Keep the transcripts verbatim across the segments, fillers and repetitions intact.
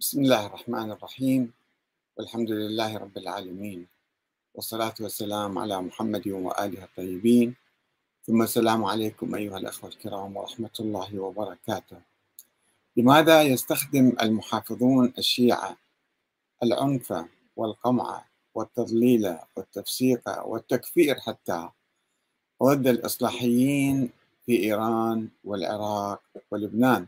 بسم الله الرحمن الرحيم، والحمد لله رب العالمين، والصلاة والسلام على محمد وآله الطيبين، ثم السلام عليكم أيها الأخوة الكرام ورحمة الله وبركاته. لماذا يستخدم المحافظون الشيعة العنف والقمع والتضليل والتفسيق والتكفير حتى ضد الإصلاحيين في إيران والعراق ولبنان؟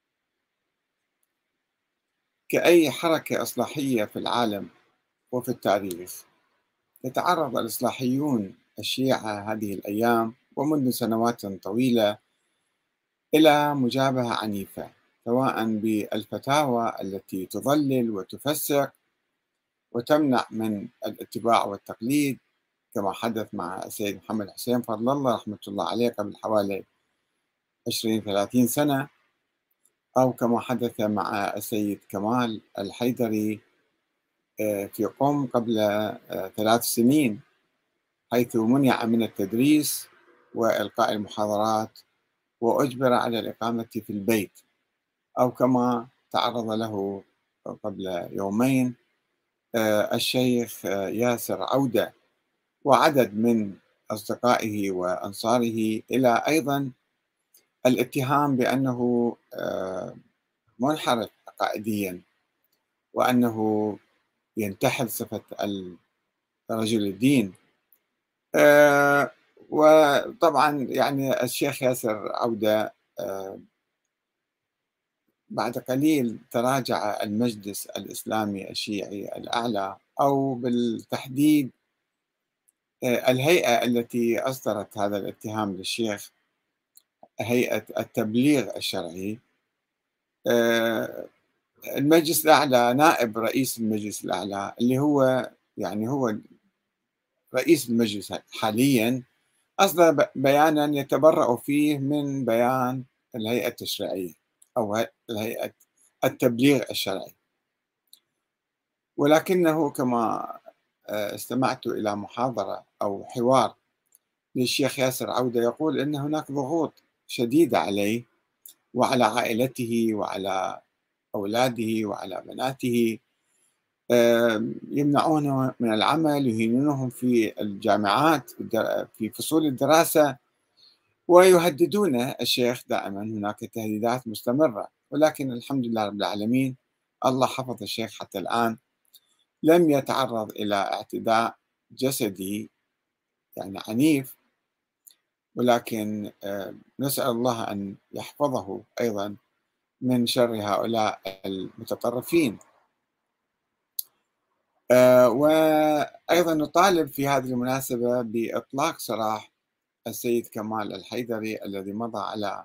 كأي حركة إصلاحية في العالم وفي التاريخ، يتعرض الإصلاحيون الشيعة هذه الأيام ومنذ سنوات طويلة إلى مجابهة عنيفة، سواء بالفتاوى التي تضلل وتفسق وتمنع من الاتباع والتقليد، كما حدث مع السيد محمد حسين فضل الله رحمة الله عليه قبل حوالي عشرين ثلاثين سنة، أو كما حدث مع السيد كمال الحيدري في قم قبل ثلاث سنين، حيث منع من التدريس وإلقاء المحاضرات وأجبر على الإقامة في البيت، أو كما تعرض له قبل يومين الشيخ ياسر عودة وعدد من أصدقائه وأنصاره إلى أيضا الاتهام بأنه منحرف عقائديا، وأنه ينتحل صفة رجل الدين. أه وطبعا يعني الشيخ ياسر عودة أه بعد قليل تراجع المجلس الإسلامي الشيعي الأعلى، أو بالتحديد أه الهيئة التي أصدرت هذا الاتهام للشيخ، هيئة التبليغ الشرعي. أه المجلس الأعلى، نائب رئيس المجلس الأعلى اللي هو يعني هو رئيس المجلس حاليا، أصدر بيانا يتبرأ فيه من بيان الهيئة التشريعية أو الهيئة التبليغ الشرعي، ولكنه كما استمعت إلى محاضرة أو حوار للشيخ ياسر عودة يقول أن هناك ضغوط شديدة عليه وعلى عائلته وعلى أولاده وعلى بناته، يمنعونه من العمل، يهينونهم في الجامعات في فصول الدراسة، ويهددون الشيخ دائما. هناك تهديدات مستمرة، ولكن الحمد لله رب العالمين الله حفظ الشيخ حتى الآن، لم يتعرض إلى اعتداء جسدي يعني عنيف، ولكن نسأل الله أن يحفظه أيضا من شر هؤلاء المتطرفين. وأيضا نطالب في هذه المناسبة بإطلاق سراح السيد كمال الحيدري الذي مضى على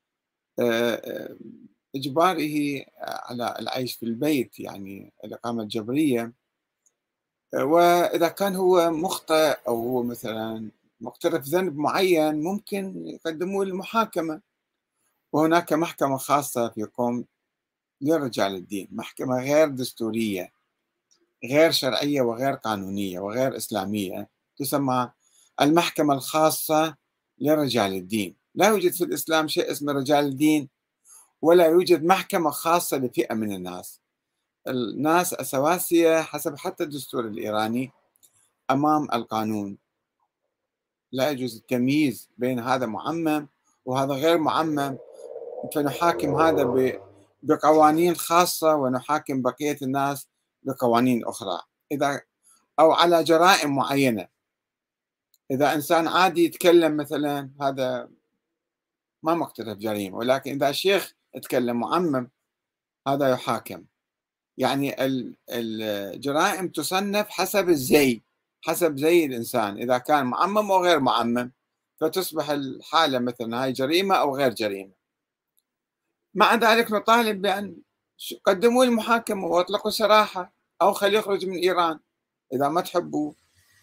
إجباره على العيش في البيت، يعني الإقامة الجبرية. وإذا كان هو مخطئ أو هو مثلا مقترف ذنب معين ممكن يقدموه للمحاكمة، وهناك محكمة خاصة في قم لرجال الدين، محكمة غير دستورية غير شرعية وغير قانونية وغير إسلامية، تسمى المحكمة الخاصة لرجال الدين. لا يوجد في الإسلام شيء اسمه رجال الدين، ولا يوجد محكمة خاصة لفئة من الناس. الناس سواسية حسب حتى الدستور الإيراني أمام القانون، لا يجوز التمييز بين هذا معمم وهذا غير معمم، فنحاكم هذا بقوانين خاصة ونحاكم بقية الناس بقوانين أخرى، إذا أو على جرائم معينة. إذا إنسان عادي يتكلم مثلا هذا ما مقترف جريمة، ولكن إذا شيخ يتكلم معمم هذا يحاكم. يعني الجرائم تصنف حسب الزي، حسب زي الإنسان، إذا كان معمم أو غير معمم، فتصبح الحالة مثلا هاي جريمة أو غير جريمة. مع ذلك نطالب بأن قدموا المحاكمة وأطلقوا سراحة، أو خليه يخرج من إيران إذا ما تحبوا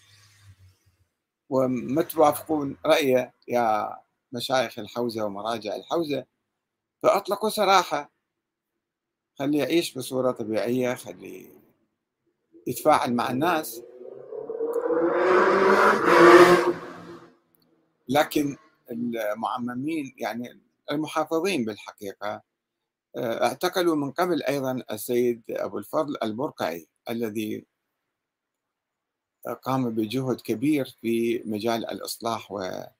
وما توافقون رأيه يا مشايخ الحوزة ومراجع الحوزة، فأطلقوا سراحة، خليه يعيش بصورة طبيعية، خليه يتفاعل مع الناس. لكن المعممين يعني المحافظين بالحقيقة آه، اعتقلوا من قبل أيضا السيد أبو الفضل البرقعي الذي قام بجهد كبير في مجال الإصلاح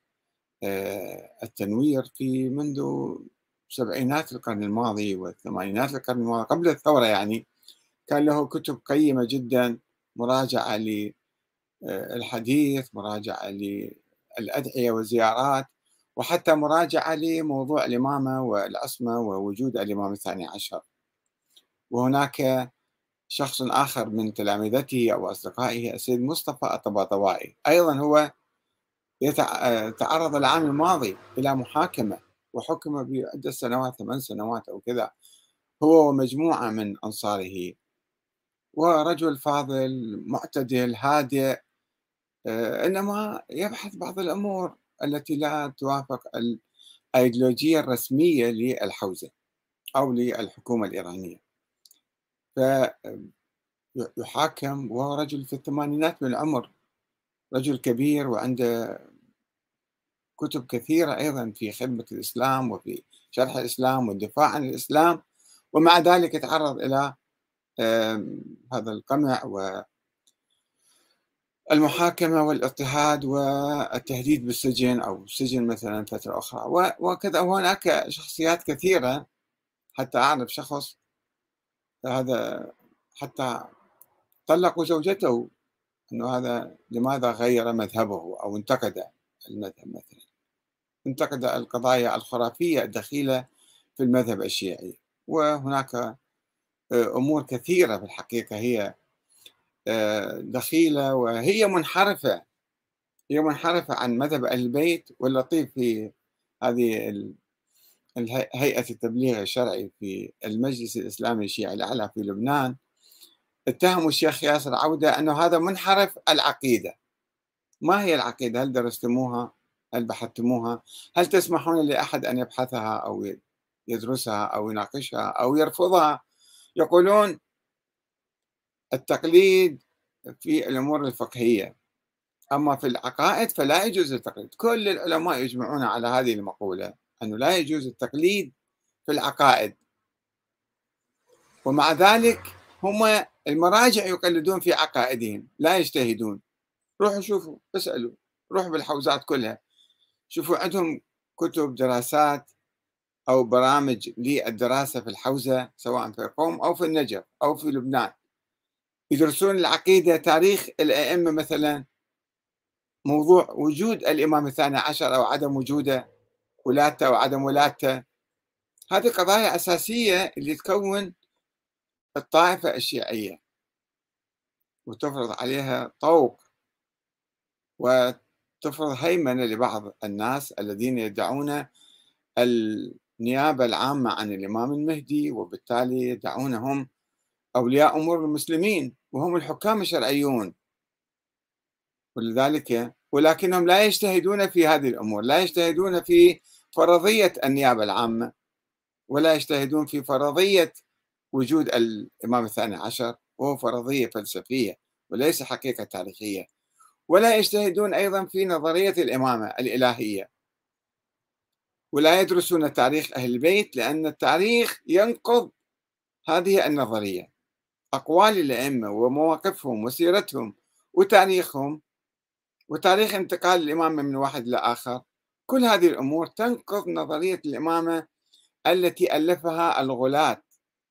والتنوير في منذ سبعينات القرن الماضي والثمانينات القرن الماضي قبل الثورة يعني. كان له كتب قيمة جدا، مراجعة للحديث، مراجعة للأدعية والزيارات، وحتى مراجعة لموضوع الإمامة والعصمة ووجود الإمام الثاني عشر. وهناك شخص آخر من تلامذته أو أصدقائه السيد مصطفى الطباطبائي أيضا هو يتع- تعرض العام الماضي إلى محاكمة وحكم بعدة سنوات، ثمان سنوات أو كذا، هو ومجموعة من أنصاره. ورجل فاضل معتدل هادئ، آه، إنما يبحث بعض الأمور التي لا توافق الأيديولوجية الرسمية للحوزة أو للحكومة الإيرانية. فيحاكم وهو رجل في الثمانينات من العمر، رجل كبير وعنده كتب كثيرة أيضا في خدمة الإسلام وفي شرح الإسلام والدفاع عن الإسلام، ومع ذلك يتعرض إلى آم، هذا القمع والمحاكمة والاضطهاد والتهديد بالسجن أو السجن مثلا فترة أخرى و- وكذا. وهناك شخصيات كثيرة، حتى أعرف شخص هذا حتى طلقوا زوجته أنه هذا لماذا غير مذهبه أو انتقد المذهب مثلا، انتقد القضايا الخرافية الدخيلة في المذهب الشيعي. وهناك آه، أمور كثيرة في الحقيقة هي آه، دخيلة وهي منحرفة، هي منحرفة عن مذهب أهل البيت. واللطيف في هذه ال- الهي- هيئة التبليغ الشرعي في المجلس الإسلامي الشيعي الأعلى في لبنان اتهموا الشيخ ياسر عودة أنه هذا منحرف العقيدة. ما هي العقيدة؟ هل درستموها؟ هل بحثتموها؟ هل تسمحون لأحد أن يبحثها أو يدرسها أو يناقشها أو يرفضها؟ يقولون التقليد في الأمور الفقهية، أما في العقائد فلا يجوز التقليد. كل العلماء يجمعون على هذه المقولة، أنه لا يجوز التقليد في العقائد، ومع ذلك هم المراجع يقلدون في عقائدهم لا يجتهدون. روحوا شوفوا، اسألوا، روحوا بالحوزات كلها شوفوا، عندهم كتب دراسات أو برامج للدراسة في الحوزة سواء في قوم أو في النجف أو في لبنان، يدرسون العقيدة، تاريخ الأئمة مثلا، موضوع وجود الإمام الثاني عشر أو عدم وجوده، ولادته أو عدم ولادته. هذه قضايا أساسية اللي تكون الطائفة الشيعية وتفرض عليها طوق وتفرض هيمنة لبعض الناس الذين يدعون النيابة العامة عن الإمام المهدي، وبالتالي يدعونهم أولياء أمور المسلمين وهم الحكام الشرعيون. ولذلك ولكنهم لا يجتهدون في هذه الأمور، لا يجتهدون في فرضية النيابة العامة، ولا يجتهدون في فرضية وجود الإمام الثاني عشر، وهو فرضية فلسفية وليس حقيقة تاريخية. ولا يجتهدون أيضا في نظرية الإمامة الإلهية، ولا يدرسون تاريخ أهل البيت، لأن التاريخ ينقض هذه النظرية. أقوال الأئمة ومواقفهم وسيرتهم وتاريخهم وتاريخ انتقال الإمامة من واحد لآخر، كل هذه الأمور تنقض نظرية الإمامة التي ألفها الغلاة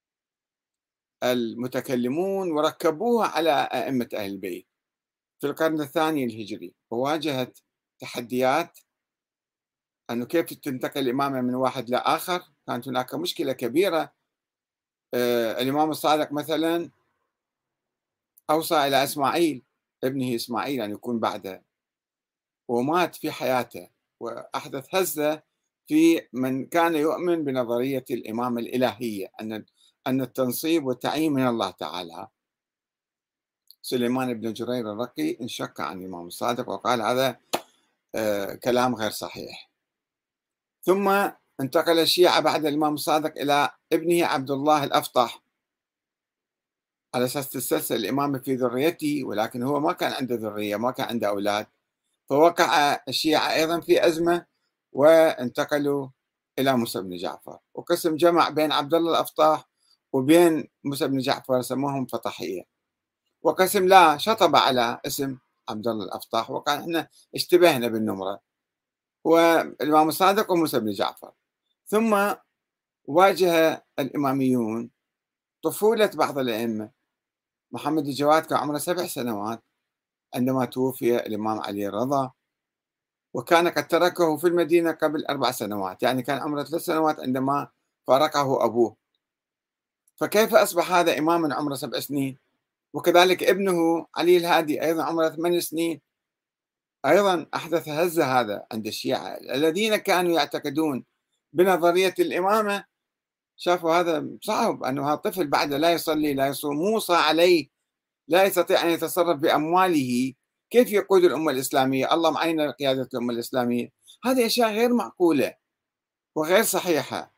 المتكلمون وركبوها على أئمة أهل البيت في القرن الثاني الهجري، وواجهت تحديات أنه كيف تنتقل الإمامة من واحد لآخر. كانت هناك مشكلة كبيرة. آه، الإمام الصادق مثلا أوصى إلى إسماعيل ابنه إسماعيل أن يكون بعده، ومات في حياته، وأحدث هزة في من كان يؤمن بنظرية الإمامة الإلهية، أن أن التنصيب والتعيين من الله تعالى. سليمان بن جرير الرقي انشق عن الإمام الصادق وقال هذا آه، كلام غير صحيح. ثم انتقل الشيعة بعد الإمام الصادق إلى ابنه عبد الله الأفطح على أساس تتسلسل الإمامة في ذريته، ولكن هو ما كان عنده ذرية، ما كان عنده أولاد. فوقع الشيعة أيضا في أزمة وانتقلوا إلى موسى بن جعفر، وقسم جمع بين عبد الله الأفطاح وبين موسى بن جعفر سموهم فطحية، وقسم لا شطب على اسم عبد الله الأفطاح، وقال احنا اشتبهنا بالنمرة، والإمام الصادق وموسى بن جعفر. ثم واجه الإماميون طفولة بعض الأئمة. محمد الجواد كان عمره سبع سنوات عندما توفي الإمام علي الرضا، وكان قد تركه في المدينة قبل أربع سنوات، يعني كان عمره ثلاث سنوات عندما فارقه أبوه، فكيف أصبح هذا إماما عمره سبع سنين؟ وكذلك ابنه علي الهادي أيضا عمره ثمان سنين، أيضا أحدث هزة هذا عند الشيعة الذين كانوا يعتقدون بنظرية الإمامة. شافوا هذا صعب، أنه هذا طفل بعده لا يصلي لا يصوم، موصى عليه، لا يستطيع أن يتصرف بأمواله، كيف يقود الأمة الإسلامية؟ الله معين لقيادة الأمة الإسلامية. هذه أشياء غير معقولة وغير صحيحة.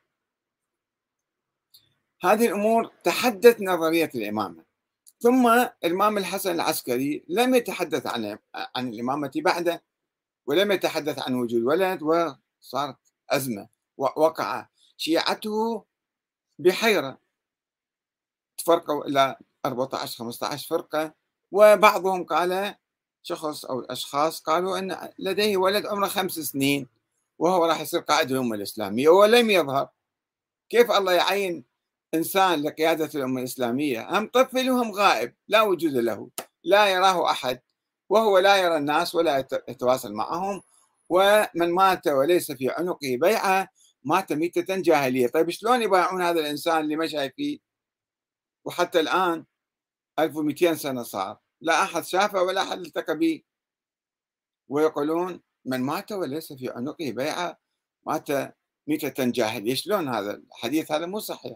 هذه الأمور تحدت نظرية الإمامة. ثم الإمام الحسن العسكري لم يتحدث عن عن الإمامة بعده، ولم يتحدث عن وجود ولد، وصارت أزمة، ووقع شيعته بحيرة، تفرقوا إلى أربعة عشر خمسة عشر فرقة، وبعضهم قال شخص أو أشخاص قالوا أن لديه ولد عمره خمس سنين وهو راح يصير قائد الأمة الإسلامية ولم يظهر. كيف الله يعين إنسان لقيادة الأمة الإسلامية هم طفل وهم غائب لا وجود له، لا يراه أحد، وهو لا يرى الناس ولا يتواصل معهم، ومن مات وليس في عنقه بيعة مات ميتة جاهلية. طيب شلون يبايعون هذا الإنسان اللي مشى فيه وحتى الآن ألف ومئتين سنة صار لا أحد شافه ولا أحد التقى به، ويقولون من مات وليس في عنقه بيعة مات ميتة جاهلية؟ شلون هذا الحديث؟ هذا مو صحيح.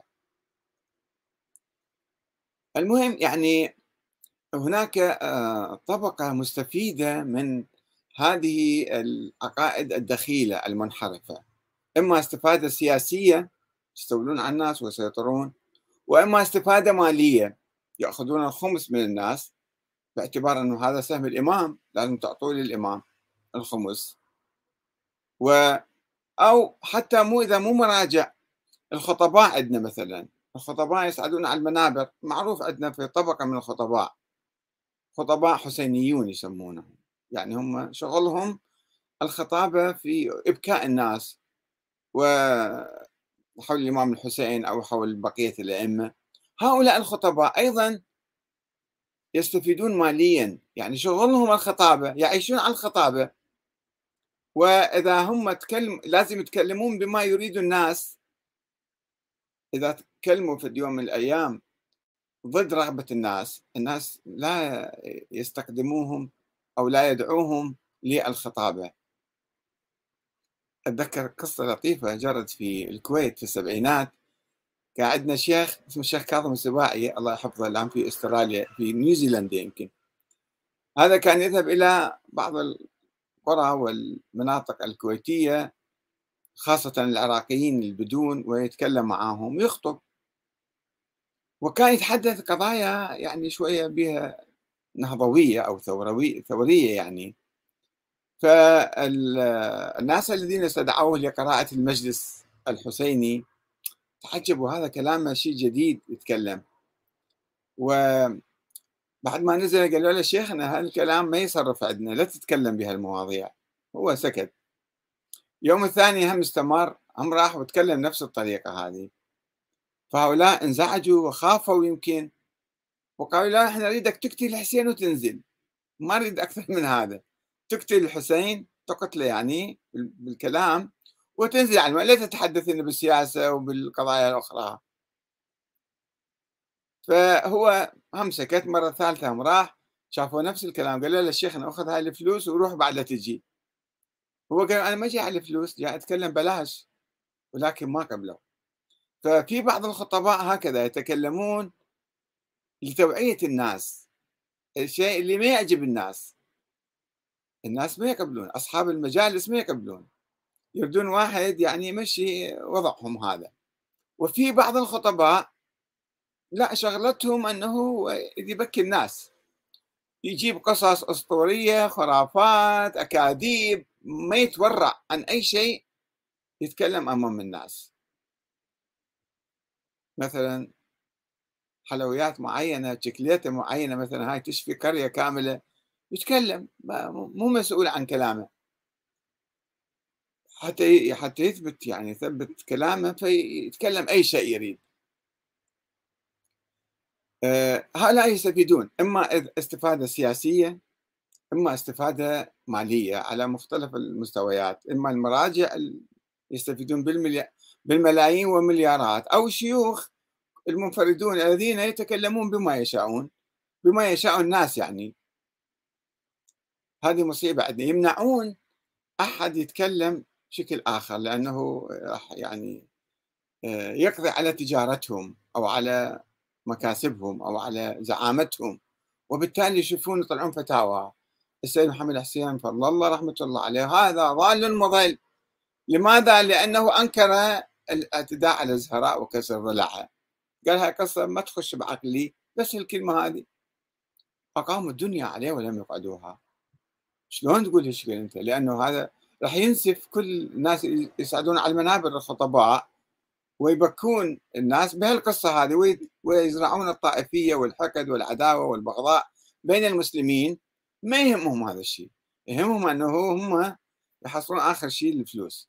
المهم يعني هناك آه، طبقة مستفيدة من هذه العقائد الدخيلة المنحرفة، إما استفادة سياسية يستولون على الناس ويسيطرون، وإما استفادة مالية يأخذون الخمس من الناس باعتبار أنه هذا سهم الإمام لازم تعطوا للإمام الخمس، و أو حتى مو إذا مو مراجع الخطباء. عندنا مثلا الخطباء يصعدون على المنابر، معروف عندنا في طبقة من الخطباء خطباء حسينيون يسمونهم، يعني هم شغلهم الخطابة في إبكاء الناس وحول الإمام الحسين أو حول بقية الأئمة. هؤلاء الخطباء أيضا يستفيدون ماليا، يعني شغلهم الخطابة، يعيشون على الخطابة، وإذا هم تكلم لازم يتكلمون بما يريد الناس. إذا تكلموا في يوم من الأيام ضد رغبة الناس، الناس لا يستخدموهم أو لا يدعوهم للخطابة. أتذكر قصة لطيفة جرت في الكويت في السبعينات. كان عندنا شيخ اسمه الشيخ كاظم السباعي الله يحفظه، الآن في أستراليا في نيوزيلندا يمكن. هذا كان يذهب إلى بعض القرى والمناطق الكويتية خاصة العراقيين البدون ويتكلم معهم ويخطب، وكان يتحدث قضايا يعني شوية بها نهضوية أو ثوروية ثورية يعني. فالناس الذين استدعوه لقراءة المجلس الحسيني تعجبوا، هذا كلامه شيء جديد يتكلم. وبعد ما نزل قالوا له شيخنا هالكلام ما يصرف عندنا، لا تتكلم بهالمواضيع. هو سكت. يوم الثاني هم استمر، هم راح وتكلم نفس الطريقة هذه، فهؤلاء انزعجوا وخافوا يمكن، وقالوا لا احنا نريدك تقتل الحسين وتنزل، ما نريد أكثر من هذا، تقتل الحسين تقتله يعني بالكلام وتنزل عنه، لا تتحدثين بالسياسة وبالقضايا الأخرى. فهو هم سكت. مرة ثالثة هم راح شافوا نفس الكلام، قالوا له شيخنا أخذ هاي الفلوس وروح بعد لا تجي. هو قال أنا ما جاي على الفلوس، جاي أتكلم بلاش، ولكن ما قبله. ففي بعض الخطباء هكذا يتكلمون لتوعية الناس، الشيء اللي ما يعجب الناس الناس ما يقبلون، أصحاب المجالس ما يقبلون، يردون واحد يعني يمشي وضعهم هذا. وفي بعض الخطباء لا شغلتهم أنه يبكي الناس، يجيب قصص أسطورية خرافات أكاذيب، ما يتورع عن أي شيء يتكلم أمام الناس، مثلًا حلويات معيّنة، شيكولاتة معيّنة مثلًا هاي تشفي قرية كاملة، يتكلم ما مو مسؤول عن كلامه، حتى ي حتى يثبت يعني يثبت كلامه فيتكلم أي شيء يريد. آآ هؤلاء يستفيدون إما إذ استفادة سياسية، إما استفادة مالية على مختلف المستويات، إما المراجع ال يستفيدون بالمليا بالملايين والمليارات، أو الشيوخ المنفردون الذين يتكلمون بما يشاءون، بما يشاء الناس يعني. هذه مصيبة عندنا، يمنعون أحد يتكلم بشكل آخر لأنه راح يعني آآ يقضي على تجارتهم أو على مكاسبهم أو على زعامتهم، وبالتالي يشوفون يطلعون فتاوى. السيد محمد حسين فضل الله رحمة الله عليه هذا ضال مضل. لماذا؟ لأنه أنكر الاعتداء على الزهراء وكسر ضلعها، قال هاي قصة ما تخش بعقلي، بس الكلمة هذه أقاموا الدنيا عليه ولم يقعدوها. شلون تقول هالشكل أنت؟ لأنه هذا راح ينسف كل الناس يصعدون على المنابر الخطباء ويبكون الناس بهالقصة هذه وي- ويزرعون الطائفية والحقد والعداوة والبغضاء بين المسلمين. ما يهمهم هذا الشيء، يهمهم أنه هم يحصلون آخر شيء الفلوس.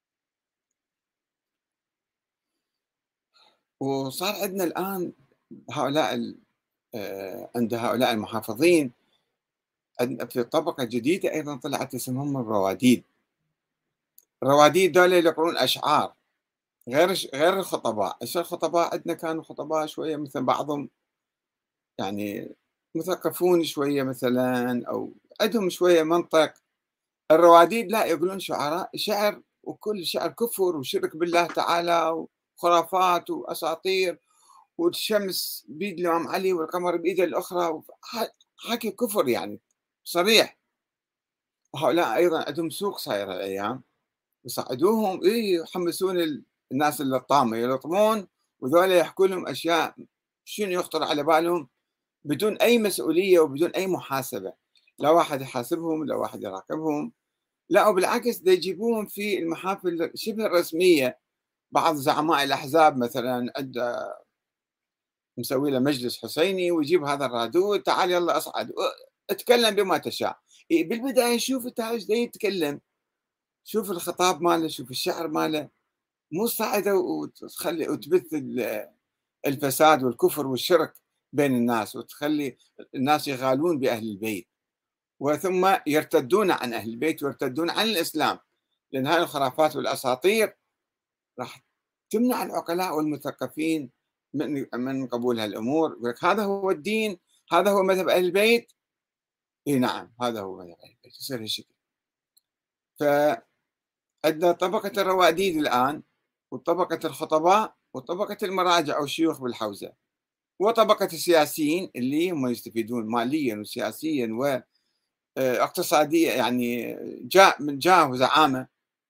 وصار عندنا الآن هؤلاء ال- آه، عند هؤلاء المحافظين عندنا في طبقة جديدة أيضا طلعت اسمهم الرواديد. الرواديد دول يقرون أشعار غير الش غير الخطباء. هسه الخطباء عندنا كانوا خطباء شوية مثل بعضهم يعني مثقفون شوية مثلًا أو عندهم شوية منطق. الرواديد لأ، يقولون شعراء شعر وكل شعر كفر وشرك بالله تعالى وخرافات وأساطير، والشمس بيد الإمام علي والقمر بإيده الأخرى وف ح حكي كفر يعني صريح. وهؤلاء أيضًا عندهم سوق صاير هالأيام. يصعدوهم إي يحمسون ال الناس اللطامة يلطمون، وذولا يحكوا لهم أشياء شنو يخطر على بالهم بدون أي مسؤولية وبدون أي محاسبة، لا واحد يحاسبهم، لا واحد يراقبهم، لا وبالعكس دا يجيبوهم في المحافل شبه الرسمية. بعض زعماء الأحزاب مثلًا عنده مسوي له مجلس حسيني ويجيب هذا الرادود تعال يالّا اصعد أ اتكلم بما تشاء. ي بالبداية شوف أنت إيش دا يتكلم، شوف الخطاب ماله، شوف الشعر ماله. مو صاعدة وتخلّي وتبث ال الفساد والكفر والشرك بين الناس، وتخلّي الناس يغالون بأهل البيت، وثم يرتدون عن أهل البيت ويرتدون عن الإسلام، لأن هاي الخرافات والأساطير راح تمنع العقلاء والمثقفين من من قبول هالأمور. يقول لك هذا هو الدين، هذا هو مذهب أهل البيت. إي نعم، هذا هو مذهب أهل البيت، يصير هالشكل. فعندنا طبقة الرواديد الآن، وطبقة الخطباء، وطبقة المراجع والشيوخ بالحوزة، وطبقة السياسيين اللي هم يستفيدون ماليًا وسياسيًا واقتصاديًا يعني جاه من جاه وزعامة.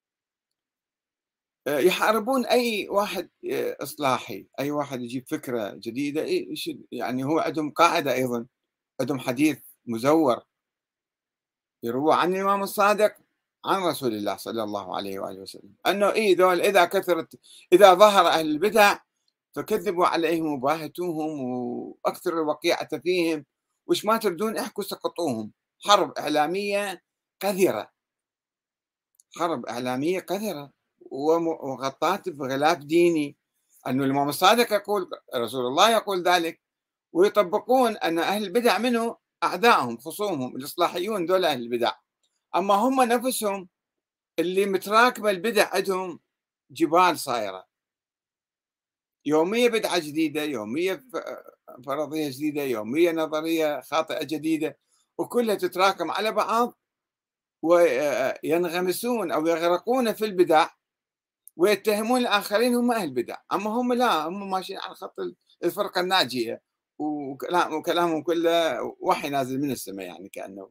آآ يحاربون أي واحد آآ إصلاحي، أي واحد يجيب فكرة جديدة ي يش يعني هو عندهم قاعدة أيضًا، عندهم حديث مزوّر يروى عن الإمام الصادق عن رسول الله صلى الله عليه وآله وسلم، أنه إي ذول إذا كثرت إذا ظهر أهل البدع فكذبوا عليهم وباهتوهم وأكثروا الوقيعة فيهم، وش ما تردون احكوا سقطوهم. حرب إعلامية قذرة، حرب إعلامية قذرة وم وغطاة بغلاف ديني، أنه الإمام الصادق يقول رسول الله يقول ذلك، ويطبقون أن أهل البدع منه أعدائهم خصومهم الإصلاحيون دول أهل البدع. أما هم نفسهم اللي متراكمة البدع عندهم جبال صايرة، يومية بدعة جديدة، يومية ف فرضية جديدة، يومية نظرية خاطئة جديدة، وكلها تتراكم على بعض وينغمسون أو يغرقون في البدع ويتهمون الآخرين هم أهل بدع. أما هم لا، هم ماشيين على خط ال الفرقة الناجية وكلام وكلامهم كله وحي نازل من السماء يعني كأنه.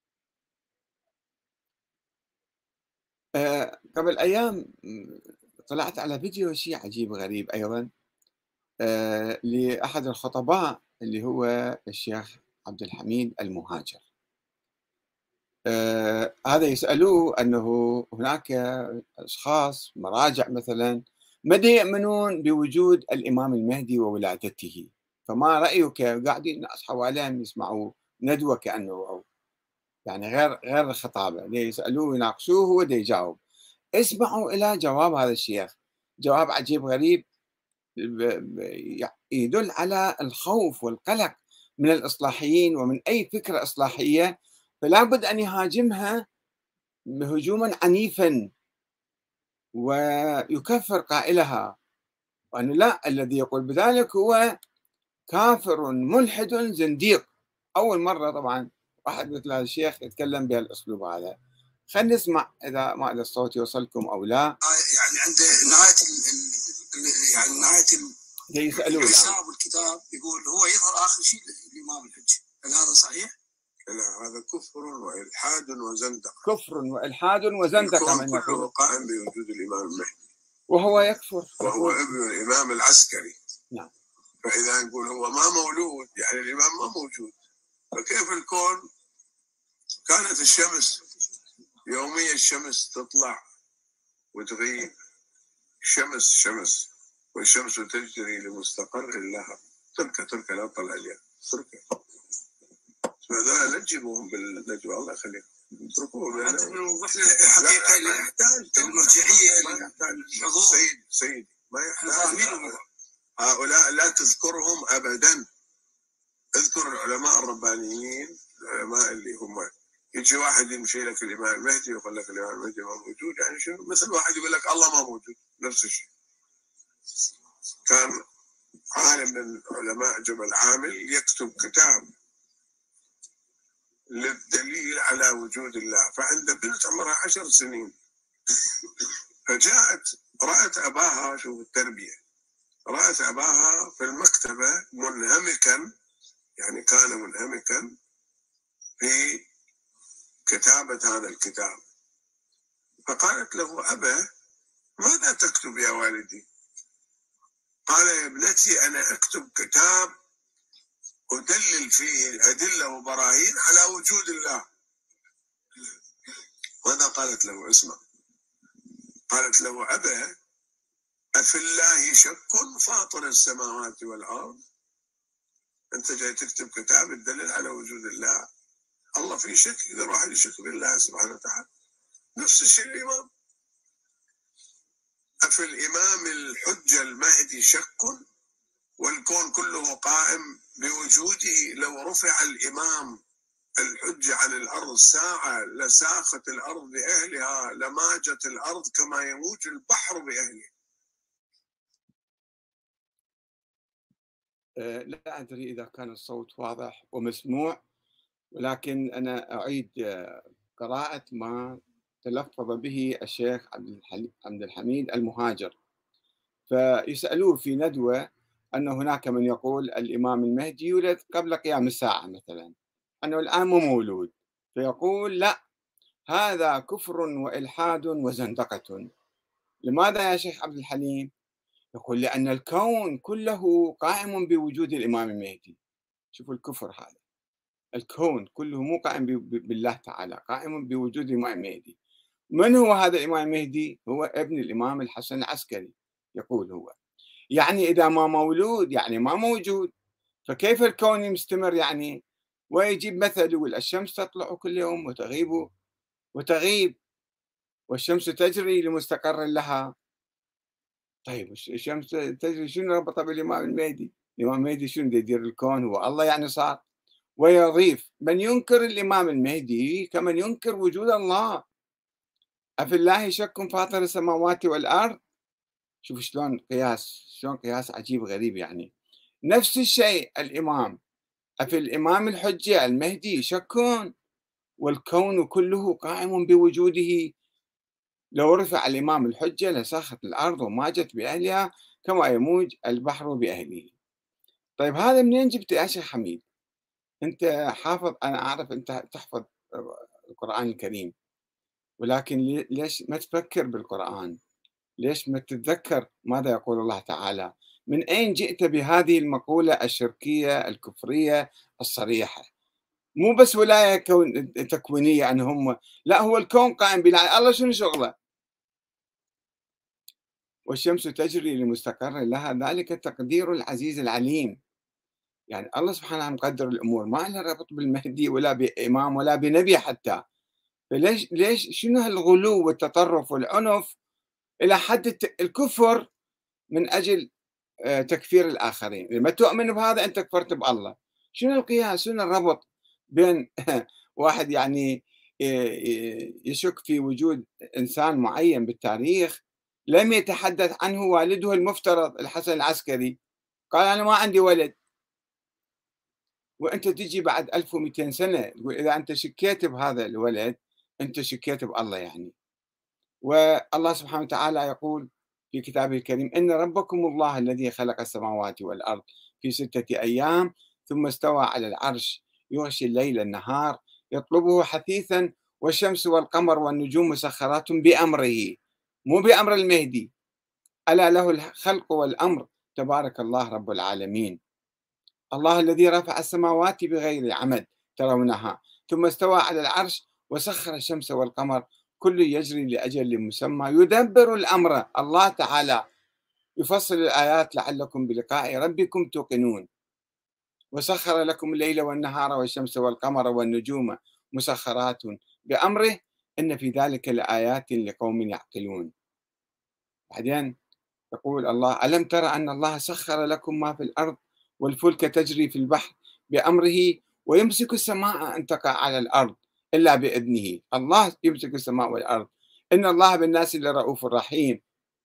آآ قبل أيام م طلعت على فيديو شيء عجيب غريب أيضًا آآ لأحد الخطباء اللي هو الشيخ عبد الحميد المهاجر. آه هذا يسألوه أنه هناك أشخاص مراجع مثلا متى يؤمنون بوجود الإمام المهدي وولادته، فما رأيك؟ قاعدين الناس حواليهم يسمعوا ندوة كأنه، أو يعني غير غير الخطابة، يسألوه يناقشوه هو دا يجاوب. اسمعوا إلى جواب هذا الشيخ، جواب عجيب غريب يدل على الخوف والقلق من الإصلاحيين ومن أي فكرة إصلاحية، فلا بد أن يهاجمها هجوما عنيفا ويكفر قائلها، وأنه لا، الذي يقول بذلك هو كافر ملحد زنديق. أول مرة طبعا واحد مثل هذا الشيخ يتكلم بهالأسلوب هذا. خلينا نسمع إذا ما أدري الصوت يوصلكم أو لا. يعني عند نهاية ال ال يعني نهاية الحساب والكتاب يقول هو يظهر آخر شيء الإمام الحج، هل هذا صحيح؟ لا، هذا كفر وإلحاد وزندقة. كفر وإلحاد وزندقة من يقول كله قائم بوجود الإمام المهدي، وهو يكفر، وهو ابن الإمام العسكري. نعم. فإذا نقول هو ما مولود، يعني الإمام ما موجود، فكيف الكون؟ كانت الشمس يوميا، الشمس تطلع وتغيب، شمس شمس، والشمس تجري لمستقر لها، تركة تركة لا تطلع عليها تركة. فهذا لا تجيبوهم بالنجوى، الله يخليك اتركوهم. حتى نوضح له حقيقة اللي يحتاج المرجعية، ما يحتاج الحضور. سيد سيد ما يحتاج هؤلاء، لا تذكرهم أبدا. اذكر العلماء الربانيين، العلماء اللي هم يجي واحد يمشي لك الإمام المهدي ويقول لك الإمام المهدي ما موجود، يعني شو؟ مثل واحد يقول لك الله ما موجود، نفس الشيء. كان عالم من علماء جبل عامل يكتب كتاب للدليل على وجود الله، فعند بنت عمرها عشر سنين، فجاءت رأت أباها، شوف التربية، رأت أباها في المكتبة منهمكا، يعني كان منهمكا في كتابة هذا الكتاب، فقالت له: أبا، ماذا تكتب يا والدي؟ قال: يا ابنتي، أنا أكتب كتاب أدلل فيه أدلة وبراهين على وجود الله. ماذا قالت له؟ اسمع، قالت له: أبا، أفي الله شك فاطر السماوات والأرض؟ أنت جاي تكتب كتاب تدلل على وجود الله؟ الله في شك؟ إذا واحد يشك بالله سبحانه وتعالى. نفس الشيء الإمام، أفي الإمام الحجة المهدي شك والكون كله قائم بوجوده؟ لو رفع الإمام الحجة عن الأرض ساعة لساخت الأرض بأهلها، لماجت الأرض كما يموج البحر بأهله. لا أدري إذا كان الصوت واضح ومسموع، ولكن أنا أعيد قراءة ما تلفظ به الشيخ عبد الحميد المهاجر. فيسألوه في ندوة أن هناك من يقول الإمام المهدي يولد قبل قيام الساعة مثلا، أنه الآن مو مولود، فيقول: لا، هذا كفر وإلحاد وزندقة. لماذا يا شيخ عبد الحليم؟ يقول: لأن الكون كله قائم بوجود الإمام المهدي. شوفوا الكفر هذا، الكون كله مو قائم بالله تعالى، قائم بوجود الإمام المهدي. من هو هذا الإمام المهدي؟ هو ابن الإمام الحسن العسكري، يقول هو. يعني إذا ما مولود يعني ما موجود، فكيف الكون يستمر يعني؟ ويجيب مثل يقول: الشمس تطلع كل يوم وتغيب وتغيب، والشمس تجري لمستقر لها. طيب الشمس تجري، شنو ربطها بالإمام المهدي؟ الإمام المهدي شنو يدير الكون؟ هو الله يعني صار. ويضيف: من ينكر الإمام المهدي كمن ينكر وجود الله. أفي الله شك فاطر السماوات والأرض؟ شوف شلون قياس، شلون قياس عجيب غريب يعني. نفس الشيء الإمام، أفي الإمام الحجة المهدي شك والكون كله قائم بوجوده؟ لو رفع الإمام الحجة لساخت الأرض وماجت بأهلها كما يموج البحر بأهله. طيب هذا منين جبت يا شيخ حميد؟ أنت حافظ، أنا أعرف أنت تحفظ القرآن الكريم، ولكن ليش ما تفكر بالقرآن؟ ليش ما تتذكر ماذا يقول الله تعالى؟ من أين جئت بهذه المقولة الشركية الكفرية الصريحة؟ مو بس ولاية كون تكوينية أن هم، لا، هو الكون قائم بلا الله شنو شغله. والشمس تجري لمستقر لها ذلك تقدير العزيز العليم. يعني الله سبحانه مقدر الأمور، ما له ربط بالمهدي ولا بإمام ولا بنبي حتى. فليش ليش شنو هالغلو والتطرف والعنف إلى حد الكفر من أجل تكفير الآخرين؟ لما تؤمن بهذا أنت كفرت بالله. شنو القياس؟ شنو الربط بين واحد يعني يشك في وجود إنسان معين بالتاريخ لم يتحدث عنه والده المفترض الحسن العسكري، قال أنا ما عندي ولد، وأنت تجي بعد ألف ومئتين سنة تقول إذا أنت شكيت بهذا الولد أنت شكيت بالله يعني. والله سبحانه وتعالى يقول في كتابه الكريم إن ربكم الله الذي خلق السماوات والأرض في ستة أيام ثم استوى على العرش يغشي الليل النهار يطلبه حثيثا والشمس والقمر والنجوم مسخرات بأمره، مو بأمر المهدي. ألا له الخلق والأمر تبارك الله رب العالمين. الله الذي رفع السماوات بغير عمد ترونها ثم استوى على العرش وسخر الشمس والقمر كل يجري لأجل مسمى يدبر الأمر. الله تعالى يفصل الآيات لعلكم بلقاء ربكم توقنون. وسخر لكم الليل والنهار والشمس والقمر والنجوم مسخرات بأمره إن في ذلك لآيات لقوم يعقلون. بعدين يقول الله ألم ترى أن الله سخر لكم ما في الأرض والفلك تجري في البحر بأمره ويمسك السماء أن تقع على الأرض إلا بإذنه. الله يمسك السماء والأرض. إن الله بالناس لرؤوف رحيم.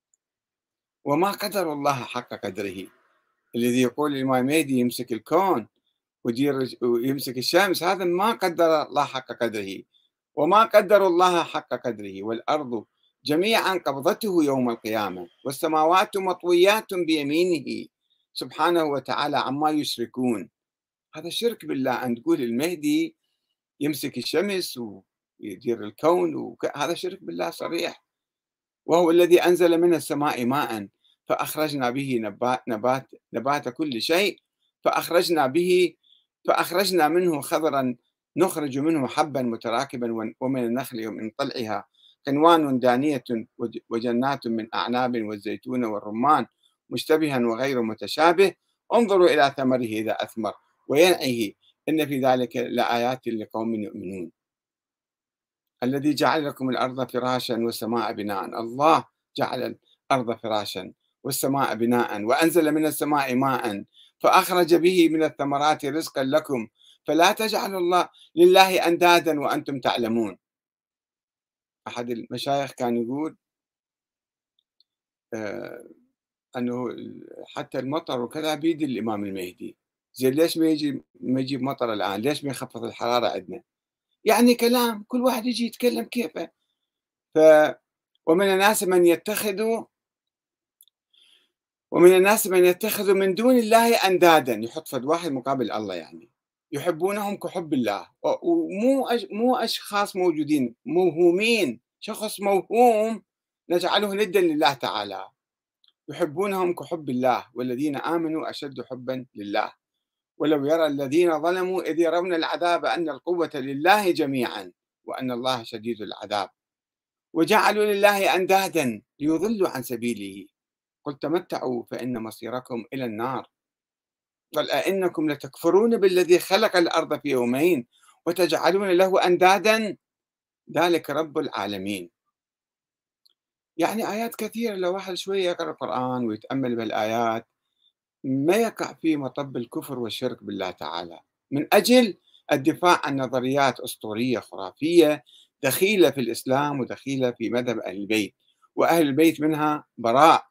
وما قدر الله حق قدره. الذي يقول الإمام مهدي يمسك الكون ويدير ويمسك الشمس، هذا ما قدر الله حق قدره. وما قدر الله حق قدره والأرض جميعا قبضته يوم القيامة والسماوات مطويات بيمينه سبحانه وتعالى عما يشركون. هذا شرك بالله أن تقول المهدي يمسك الشمس ويدير الكون، وهذا شرك بالله صريح. وهو الذي أنزل من السماء ماء فأخرجنا به نبات, نبات, نبات كل شيء فأخرجنا به فأخرجنا منه خضرا نخرج منه حبا متراكبا ومن النخل ومن طلعها قنوان دانية وجنات من أعناب والزيتون والرمان مشتبها وغير متشابه انظروا إلى ثمره إذا أثمر وينعه إن في ذلك لآيات لقوم يؤمنون. الذي جعل لكم الأرض فراشا والسماء بناء. الله جعل الأرض فراشا والسماء بناء وأنزل من السماء ماء فأخرج به من الثمرات رزقا لكم فلا تجعلوا الله لله أندادا وأنتم تعلمون. أحد المشايخ كان يقول آه أنه حتى المطر وكذا بيد الإمام المهدي. زين ليش ما يجي ما يجيب مطر الآن؟ ليش ما يخفض الحرارة عندنا؟ يعني كلام كل واحد يجي يتكلم كيفه. ف ومن الناس من يتخذ ومن الناس من يتخذ من دون الله أندادا، يحط فد واحد مقابل الله يعني يحبونهم كحب الله. ومو أش... مو أشخاص موجودين، موهومين، شخص موهوم نجعله ندا لله تعالى. يحبونهم كحب الله والذين آمنوا أشد حبا لله ولو يرى الذين ظلموا إذ يرون العذاب أن القوة لله جميعا وأن الله شديد العذاب وجعلوا لله أندادا ليضلوا عن سبيله قل تمتعوا فإن مصيركم إلى النار قل أئنكم لتكفرون بالذي خلق الأرض في يومين وتجعلون له أندادا ذلك رب العالمين. يعني آيات كثيرة لو واحد شوية يقرأ القرآن ويتأمل بالآيات ما يقع في مطب الكفر والشرك بالله تعالى من أجل الدفاع عن نظريات أسطورية خرافية دخيلة في الإسلام ودخيلة في مذهب أهل البيت، وأهل البيت منها براء.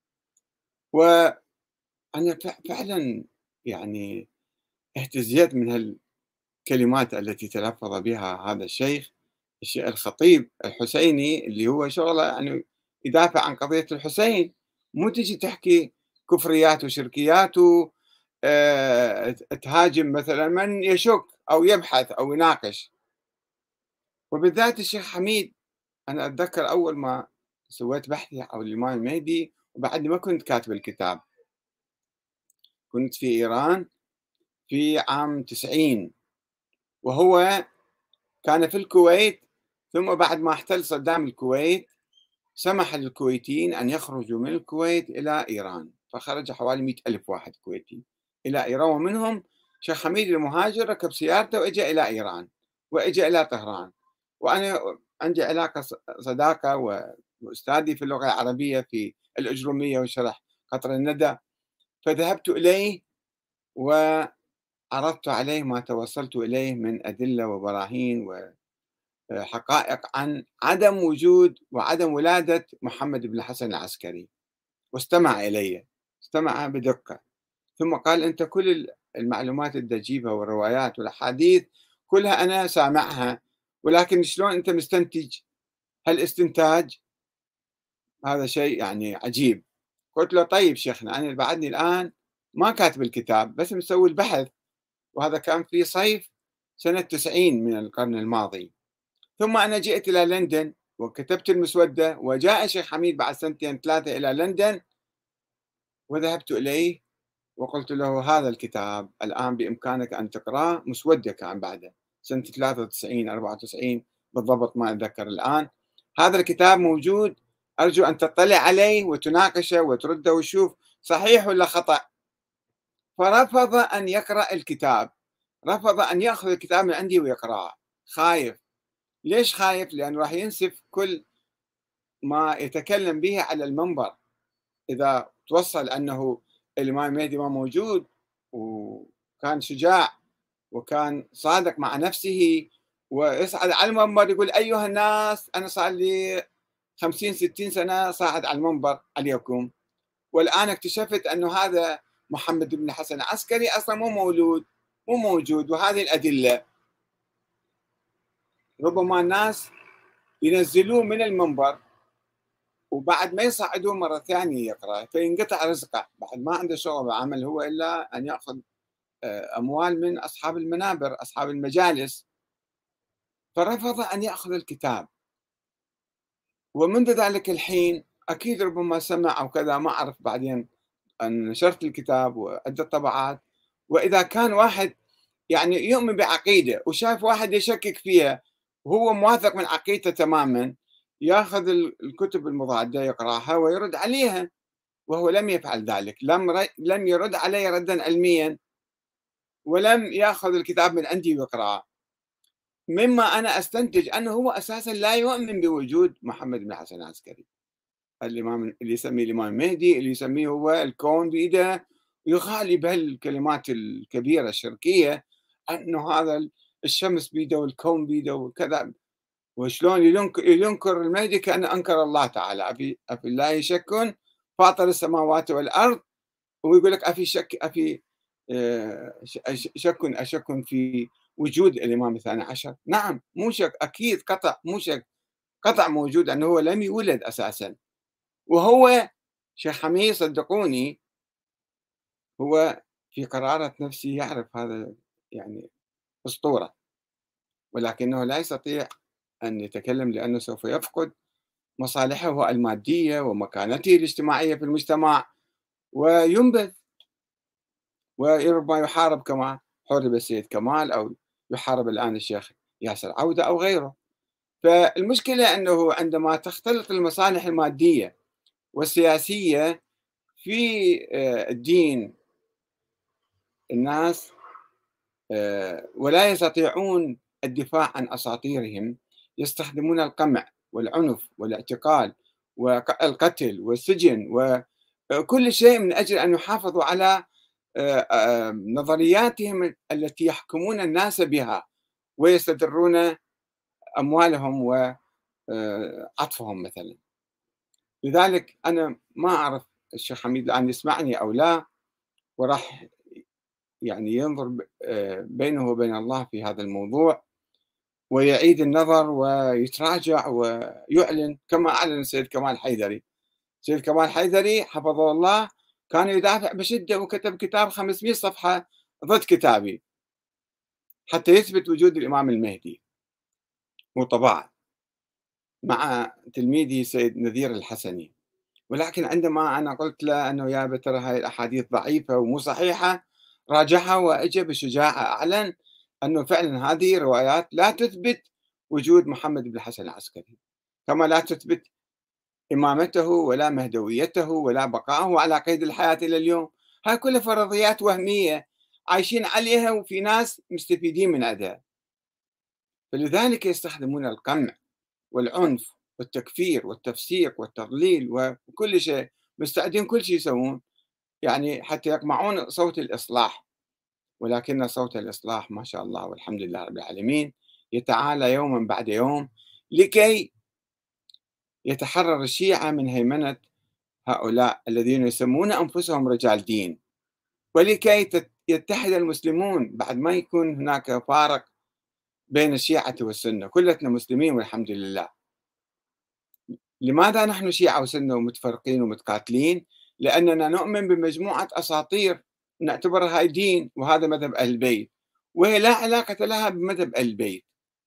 وأنا فعلا يعني اهتزيت من هالكلمات التي تلفظ بها هذا الشيخ الخطيب الحسيني اللي هو شغله يعني يدافع عن قضية الحسين، مو تجي تحكي كفريات وشركيات أه تهاجم مثلا من يشك أو يبحث أو يناقش. وبالذات الشيخ حميد، أنا أتذكر أول ما سويت بحثي حول الإمام المهدي وبعدني ما كنت كاتب الكتاب، كنت في إيران في عام تسعين وهو كان في الكويت، ثم بعد ما احتل صدام الكويت سمح للكويتيين أن يخرجوا من الكويت إلى إيران، فخرج حوالي مئة ألف واحد كويتي إلى إيران، ومنهم شيخ حميد المهاجر ركب سيارته وإجا إلى إيران وإجا إلى طهران. وأنا عندي علاقة صداقة وأستاذي في اللغة العربية في الأجرومية وشرح قطر الندى، فذهبت إليه وعرضت عليه ما توصلت إليه من أدلة وبراهين وحقائق عن عدم وجود وعدم ولادة محمد بن الحسن العسكري، واستمع إلي، استمع بدقة، ثم قال: أنت كل المعلومات اللي تجيبها والروايات والأحاديث كلها أنا سامعها، ولكن شلون أنت مستنتج هالاستنتاج؟ هذا شيء يعني عجيب. قلت له: طيب شيخنا، أنا بعدني الآن ما كاتب الكتاب، بس مسوي البحث، وهذا كان في صيف سنة تسعين من القرن الماضي. ثم أنا جئت إلى لندن وكتبت المسودة، وجاء الشيخ حميد بعد سنتين ثلاثة إلى لندن، وذهبت إليه وقلت له: هذا الكتاب الآن بإمكانك أن تقرأه، مسودة كان بعده سنة ثلاثة وتسعين أربعة وتسعين بالضبط، ما أتذكر الآن. هذا الكتاب موجود، أرجو أن تطلع عليه وتناقشه وترده وشوف صحيح ولا خطأ. فرفض أن يقرأ الكتاب، رفض أن يأخذ الكتاب من عندي ويقرأه، خايف. ليش خايف؟ لأنه راح ينسف كل ما يتكلم به على المنبر. إذا توصل أنه الإمام المهدي ما موجود وكان شجاع وكان صادق مع نفسه، ويصعد على المنبر يقول: أيها الناس، أنا صار لي خمسين ستين سنة صاعد على المنبر عليكم، والآن اكتشفت أنه هذا محمد بن حسن العسكري أصلا مو مولود مو موجود، وهذه الأدلة. ربما الناس ينزلوه من المنبر وبعد ما يصعدوه مرة ثانية يقرأ، فينقطع رزقه، بعد ما عنده شغل وعمل هو إلا أن يأخذ أموال من أصحاب المنابر، أصحاب المجالس. فرفض أن يأخذ الكتاب، ومنذ ذلك الحين أكيد ربما سمع أو كذا، ما أعرف، بعدين أن نشرت الكتاب وعدة طبعات. وإذا كان واحد يعني يؤمن بعقيدة وشاف واحد يشكك فيها وهو موافق من عقيدته تماما، ياخذ الكتب المضادة يقرأها ويرد عليها، وهو لم يفعل ذلك، لم لم يرد علي ردا علميا، ولم ياخذ الكتاب من عندي ويقرأه، مما أنا أستنتج أنه هو أساسا لا يؤمن بوجود محمد بن حسن العسكري، الإمام اللي يسميه الإمام المهدي، اللي يسميه هو الكون بيده، ويغالي بهالكلمات الكبيرة الشركية أنه هذا الشمس بيده والكون بيده وكذا. وشلون ينكر, ينكر المهدي كأنه أنكر الله تعالى. أفي, أفي الله شك فاطر السماوات والأرض، ويقول لك أفي شك أفي شك أشك في وجود الإمام الثاني عشر. نعم، مو شك، أكيد قطع، مو شك، قطع موجود، أنه هو لم يولد أساسا. وهو شيخ حميد صدقوني هو في قرارة نفسه يعرف هذا يعني أسطورة، ولكنه لا يستطيع أن يتكلم لأنه سوف يفقد مصالحه المادية ومكانته الاجتماعية في المجتمع وينبذ، وربما يحارب كما حارب السيد كمال أو يحارب الآن الشيخ ياسر عودة أو غيره. فالمشكلة أنه عندما تختلط المصالح المادية والسياسية في الدين، الناس ولا يستطيعون الدفاع عن أساطيرهم، يستخدمون القمع والعنف والاعتقال والقتل والسجن وكل شيء من أجل أن يحافظوا على نظرياتهم التي يحكمون الناس بها ويستدرون أموالهم وعطفهم مثلا. لذلك أنا ما أعرف الشيخ حميد الآن يسمعني أو لا، وراح يعني ينظر بينه وبين الله في هذا الموضوع ويعيد النظر ويتراجع ويعلن كما أعلن السيد كمال حيدري. السيد كمال حيدري حفظه الله كان يدافع بشدة وكتب كتاب خمسمئة صفحة ضد كتابي حتى يثبت وجود الإمام المهدي، وطبعه مع تلميذه سيد نذير الحسني. ولكن عندما أنا قلت له أنه يا ترى هاي الأحاديث ضعيفة ومو صحيحة، راجعها وأجى بشجاعة، أعلن أنه فعلا هذه روايات لا تثبت وجود محمد بن الحسن العسكري، كما لا تثبت إمامته ولا مهدويته ولا بقائه على قيد الحياة إلى اليوم. هاي كلها فرضيات وهمية عايشين عليها، وفي ناس مستفيدين من عندها، فلذلك يستخدمون القمع والعنف والتكفير والتفسيق والتضليل وكل شيء، مستعدين كل شيء يسوون يعني حتى يقمعون صوت الإصلاح. ولكن صوت الإصلاح ما شاء الله والحمد لله رب العالمين يتعالى يوما بعد يوم لكي يتحرر الشيعة من هيمنة هؤلاء الذين يسمون أنفسهم رجال دين، ولكي يتحد المسلمون بعد ما يكون هناك فارق بين الشيعة والسنة، كلنا مسلمين والحمد لله. لماذا نحن شيعة وسنة ومتفرقين ومتقاتلين؟ لأننا نؤمن بمجموعة أساطير نعتبرها دين، وهذا مذهب أهل البيت، وهي لا علاقة لها بمذهب أهل البيت.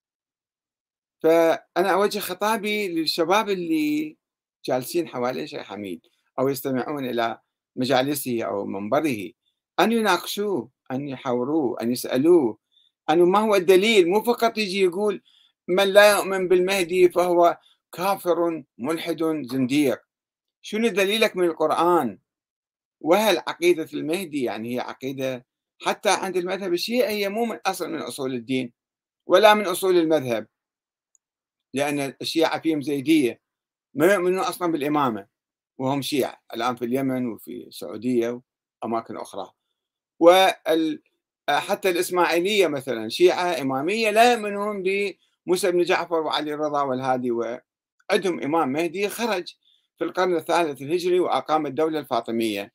فأنا أوجه خطابي للشباب اللي جالسين حوالي شيخ حميد أو يستمعون إلى مجالسه أو منبره أن يناقشوه، أن يحاوروه، أن يسألوه أنه ما هو الدليل، مو فقط يجي يقول من لا يؤمن بالمهدي فهو كافر ملحد زنديق. شنو دليلك من القرآن؟ وهل عقيدة المهدي يعني هي عقيدة حتى عند المذهب الشيعي هي مو من أصل من أصول الدين ولا من أصول المذهب، لأن الشيعة فيهم زيدية ما يؤمنون أصلا بالإمامة وهم شيعة الآن في اليمن وفي السعودية وأماكن أخرى. وحتى الإسماعيلية مثلا شيعة إمامية لا يؤمنون بموسى بن جعفر وعلي الرضا والهادي، وعندهم إمام مهدي خرج في القرن الثالث الهجري وأقام الدولة الفاطمية.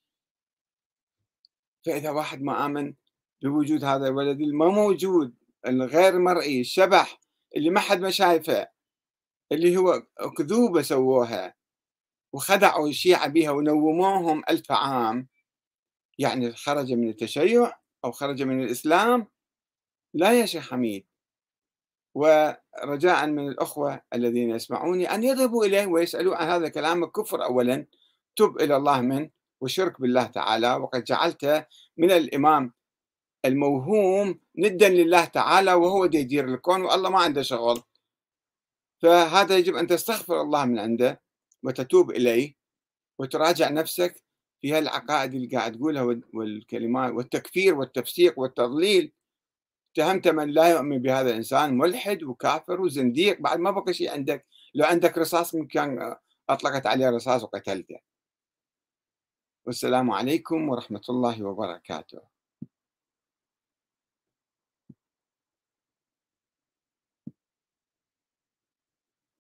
فإذا واحد ما آمن بوجود هذا الولد ما موجود الغير مرئي الشبح اللي ما حد ما شايفه، اللي هو كذوبة سووها وخدعوا الشيعة بها ونوموهم ألف عام، يعني خرج من التشيع أو خرج من الإسلام؟ لا يا شيخ حميد. ورجاء من الأخوة الذين يسمعوني أن يذهبوا إليه ويسألوا عن هذا الكلام الكفر أولا، تب إلى الله منه وشرك بالله تعالى، وقد جعلت من الإمام الموهوم ندا لله تعالى وهو دي يدير الكون والله ما عنده شغل. فهذا يجب أن تستغفر الله من عنده وتتوب إليه وتراجع نفسك في هالعقائد اللي قاعد تقولها والكلمات والتكفير والتفسيق والتضليل. اتهمت من لا يؤمن بهذا الإنسان ملحد وكافر وزنديق، بعد ما بقى شيء عندك. لو عندك رصاص كان أطلقت عليه رصاص وقتلته. والسلام عليكم ورحمة الله وبركاته.